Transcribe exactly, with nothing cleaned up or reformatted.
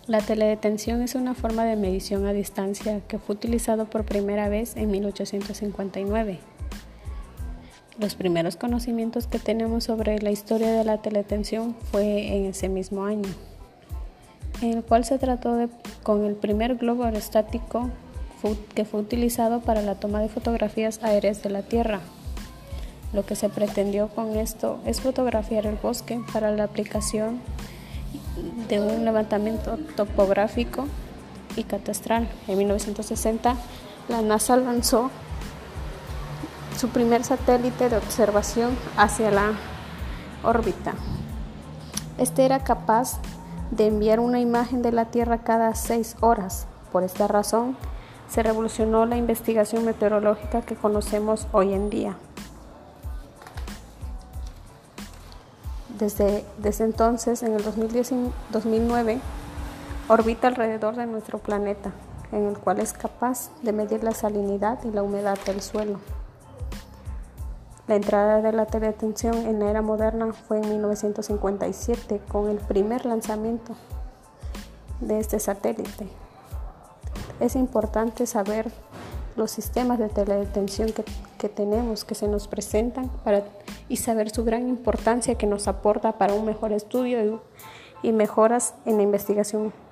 La teledetención es una forma de medición a distancia que fue utilizado por primera vez en mil ochocientos cincuenta y nueve. Los primeros conocimientos que tenemos sobre la historia de la teledetención fue en ese mismo año, en el cual se trató de, con el primer globo aerostático que fue utilizado para la toma de fotografías aéreas de la Tierra. Lo que se pretendió con esto es fotografiar el bosque para la aplicación de un levantamiento topográfico y catastral. En mil novecientos sesenta, la NASA lanzó su primer satélite de observación hacia la órbita. Este era capaz de enviar una imagen de la Tierra cada seis horas. Por esta razón, se revolucionó la investigación meteorológica que conocemos hoy en día. Desde, desde entonces, en el dos mil diez y dos mil nueve, orbita alrededor de nuestro planeta, en el cual es capaz de medir la salinidad y la humedad del suelo. La entrada de la teledetención en la era moderna fue en mil novecientos cincuenta y siete, con el primer lanzamiento de este satélite. Es importante saber los sistemas de teledetención que, que tenemos, que se nos presentan, para, y saber su gran importancia que nos aporta para un mejor estudio y, y mejoras en la investigación